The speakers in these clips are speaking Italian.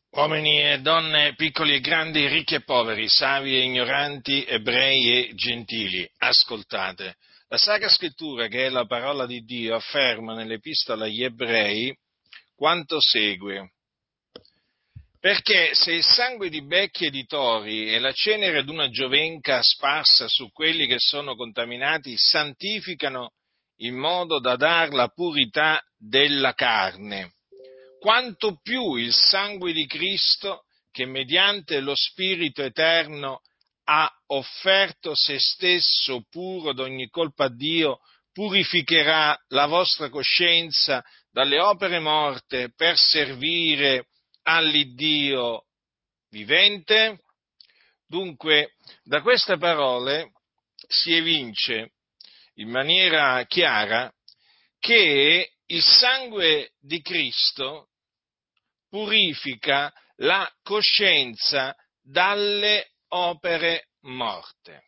Uomini e donne, piccoli e grandi, ricchi e poveri, savi e ignoranti, ebrei e gentili, ascoltate. La Sacra Scrittura, che è la parola di Dio, afferma nell'Epistola agli Ebrei quanto segue. Perché se il sangue di becchi e di tori e la cenere d'una giovenca sparsa su quelli che sono contaminati santificano in modo da dar la purità della carne, quanto più il sangue di Cristo, che mediante lo Spirito Eterno ha offerto se stesso puro d'ogni colpa a Dio, purificherà la vostra coscienza dalle opere morte per servire all'Iddio vivente? Dunque, da queste parole si evince in maniera chiara che il sangue di Cristo purifica la coscienza dalle opere morte.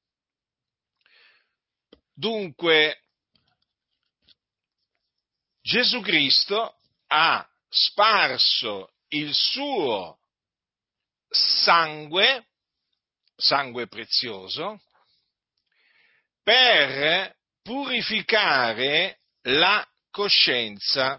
Dunque, Gesù Cristo ha sparso il suo sangue prezioso, per purificare la coscienza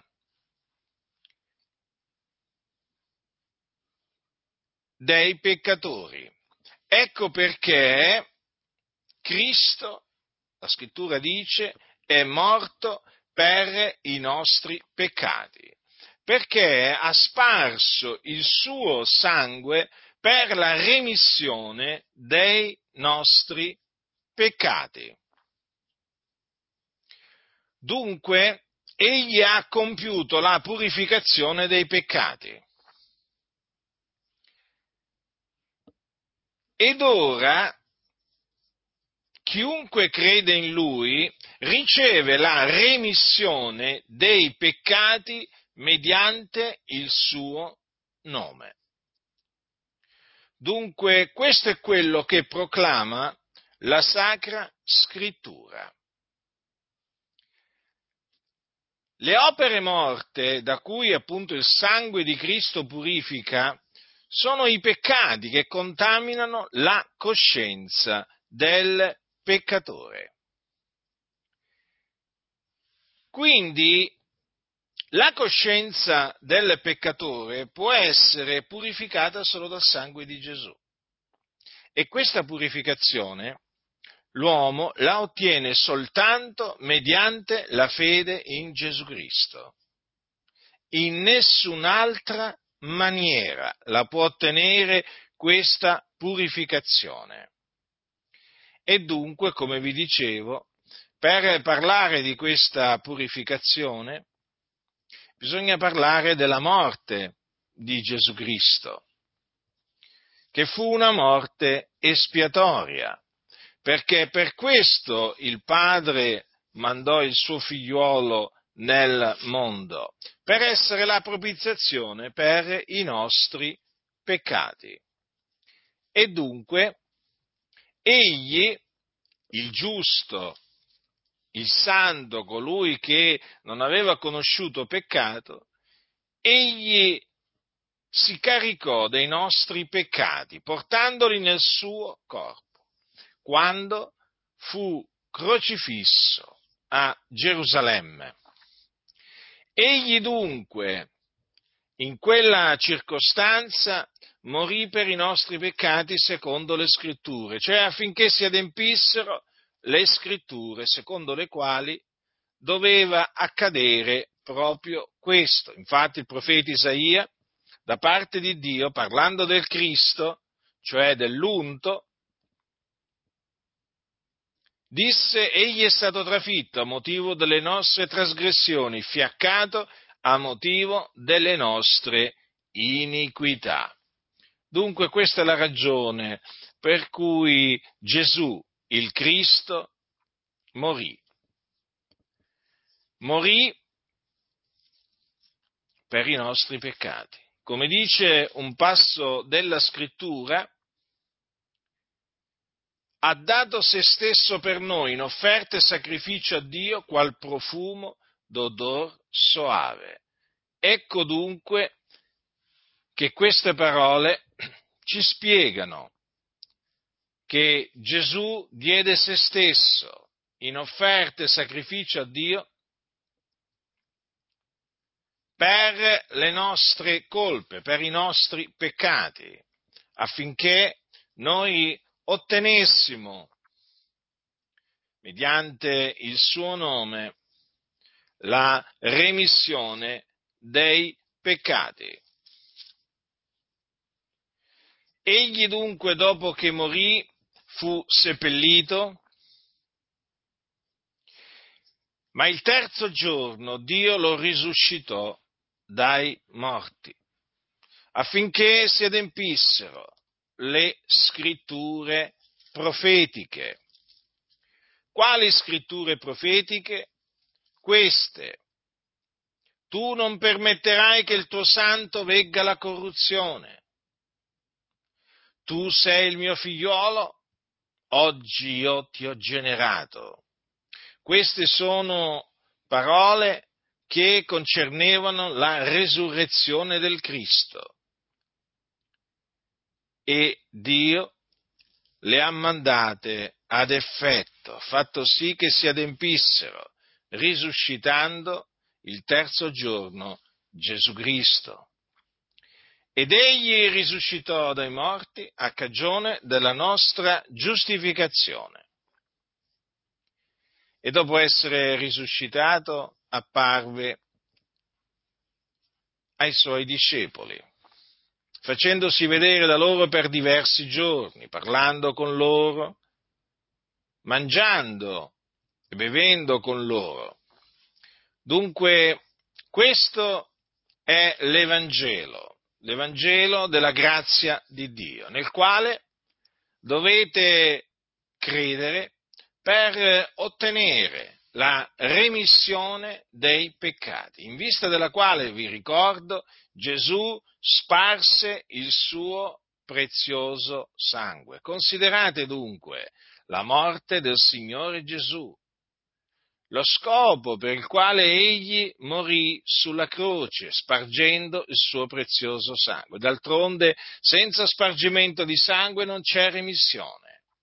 dei peccatori. Ecco perché Cristo, la Scrittura dice, è morto per i nostri peccati, perché ha sparso il suo sangue per la remissione dei nostri peccati. Dunque, egli ha compiuto la purificazione dei peccati. Ed ora chiunque crede in lui riceve la remissione dei peccati mediante il suo nome. Dunque, questo è quello che proclama la Sacra Scrittura. Le opere morte da cui appunto il sangue di Cristo purifica sono i peccati che contaminano la coscienza del peccatore. Quindi la coscienza del peccatore può essere purificata solo dal sangue di Gesù. E questa purificazione l'uomo la ottiene soltanto mediante la fede in Gesù Cristo. In nessun'altra maniera la può ottenere questa purificazione. E dunque, come vi dicevo, per parlare di questa purificazione bisogna parlare della morte di Gesù Cristo, che fu una morte espiatoria, perché per questo il Padre mandò il suo figliuolo nel mondo, per essere la propiziazione per i nostri peccati. E dunque, egli, il giusto, il santo, colui che non aveva conosciuto peccato, egli si caricò dei nostri peccati, portandoli nel suo corpo, quando fu crocifisso a Gerusalemme. Egli dunque, in quella circostanza, morì per i nostri peccati secondo le Scritture, cioè affinché si adempissero le Scritture, secondo le quali doveva accadere proprio questo. Infatti il profeta Isaia, da parte di Dio, parlando del Cristo, cioè dell'unto, disse: egli è stato trafitto a motivo delle nostre trasgressioni, fiaccato a motivo delle nostre iniquità. Dunque questa è la ragione per cui Gesù, il Cristo, morì. Morì per i nostri peccati. Come dice un passo della Scrittura, ha dato se stesso per noi in offerta e sacrificio a Dio qual profumo d'odor soave. Ecco dunque che queste parole ci spiegano che Gesù diede se stesso in offerta e sacrificio a Dio per le nostre colpe, per i nostri peccati, affinché noi ottenessimo, mediante il suo nome, la remissione dei peccati. Egli dunque, dopo che morì, fu seppellito, ma il terzo giorno Dio lo risuscitò dai morti, affinché si adempissero le scritture profetiche. Quali scritture profetiche? Queste: tu non permetterai che il tuo santo vegga la corruzione. Tu sei il mio figliuolo, oggi io ti ho generato. Queste sono parole che concernevano la resurrezione del Cristo. E Dio le ha mandate ad effetto, fatto sì che si adempissero, risuscitando il terzo giorno Gesù Cristo. Ed egli risuscitò dai morti a cagione della nostra giustificazione. E dopo essere risuscitato apparve ai suoi discepoli, facendosi vedere da loro per diversi giorni, parlando con loro, mangiando e bevendo con loro. Dunque, questo è l'Evangelo della grazia di Dio, nel quale dovete credere per ottenere la remissione dei peccati, in vista della quale, vi ricordo, Gesù sparse il suo prezioso sangue. Considerate dunque la morte del Signore Gesù, lo scopo per il quale egli morì sulla croce, spargendo il suo prezioso sangue. D'altronde, senza spargimento di sangue non c'è remissione.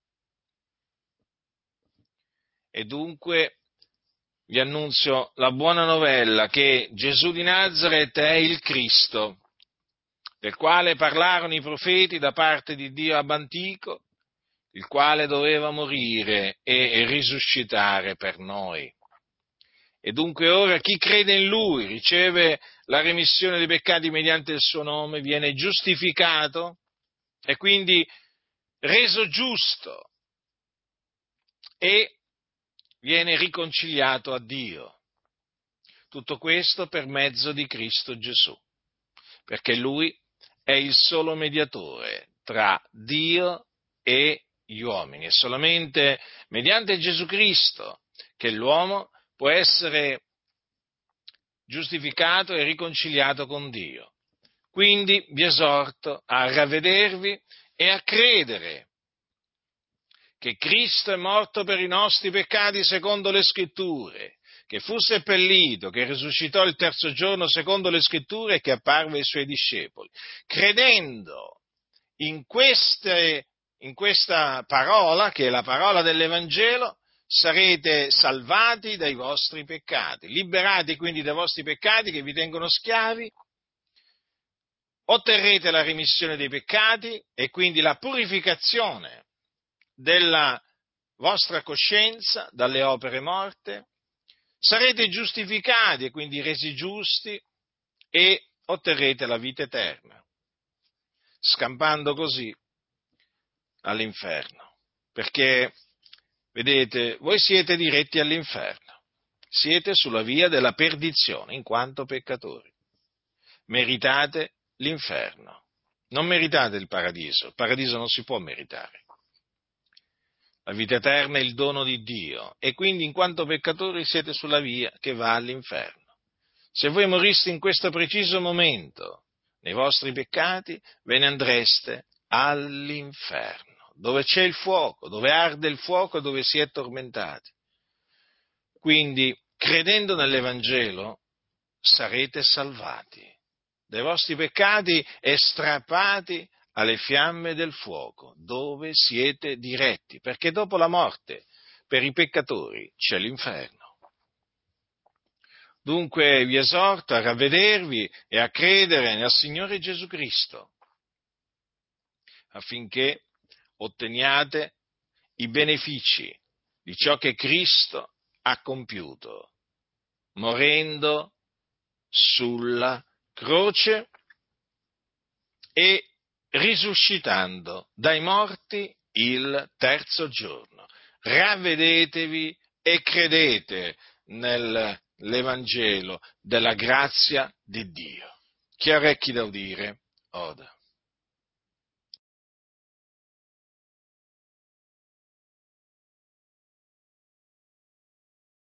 E dunque vi annunzio la buona novella che Gesù di Nazaret è il Cristo, del quale parlarono i profeti da parte di Dio ab antico, il quale doveva morire e risuscitare per noi. E dunque ora chi crede in Lui riceve la remissione dei peccati mediante il suo nome, viene giustificato e quindi reso giusto e viene riconciliato a Dio. Tutto questo per mezzo di Cristo Gesù, perché Lui è il solo mediatore tra Dio e gli uomini. È solamente mediante Gesù Cristo che l'uomo può essere giustificato e riconciliato con Dio. Quindi vi esorto a ravvedervi e a credere che Cristo è morto per i nostri peccati secondo le Scritture, che fu seppellito, che risuscitò il terzo giorno secondo le Scritture e che apparve ai suoi discepoli. Credendo in questa parola, che è la parola dell'Evangelo, sarete salvati dai vostri peccati, liberati quindi dai vostri peccati che vi tengono schiavi, otterrete la remissione dei peccati e quindi la purificazione della vostra coscienza dalle opere morte, sarete giustificati e quindi resi giusti e otterrete la vita eterna, scampando così all'inferno. Perché, vedete, voi siete diretti all'inferno, siete sulla via della perdizione in quanto peccatori, meritate l'inferno, non meritate il paradiso non si può meritare. La vita eterna è il dono di Dio e quindi in quanto peccatori siete sulla via che va all'inferno. Se voi moriste in questo preciso momento nei vostri peccati, ve ne andreste all'inferno, dove c'è il fuoco, dove arde il fuoco e dove si è tormentati. Quindi, credendo nell'Evangelo, sarete salvati dai vostri peccati e strappati alle fiamme del fuoco, dove siete diretti, perché dopo la morte, per i peccatori, c'è l'inferno. Dunque vi esorto a ravvedervi e a credere nel Signore Gesù Cristo, affinché otteniate i benefici di ciò che Cristo ha compiuto, morendo sulla croce e risuscitando dai morti il terzo giorno. Ravvedetevi e credete nell'Evangelo della grazia di Dio. Chi ha orecchi da udire, oda.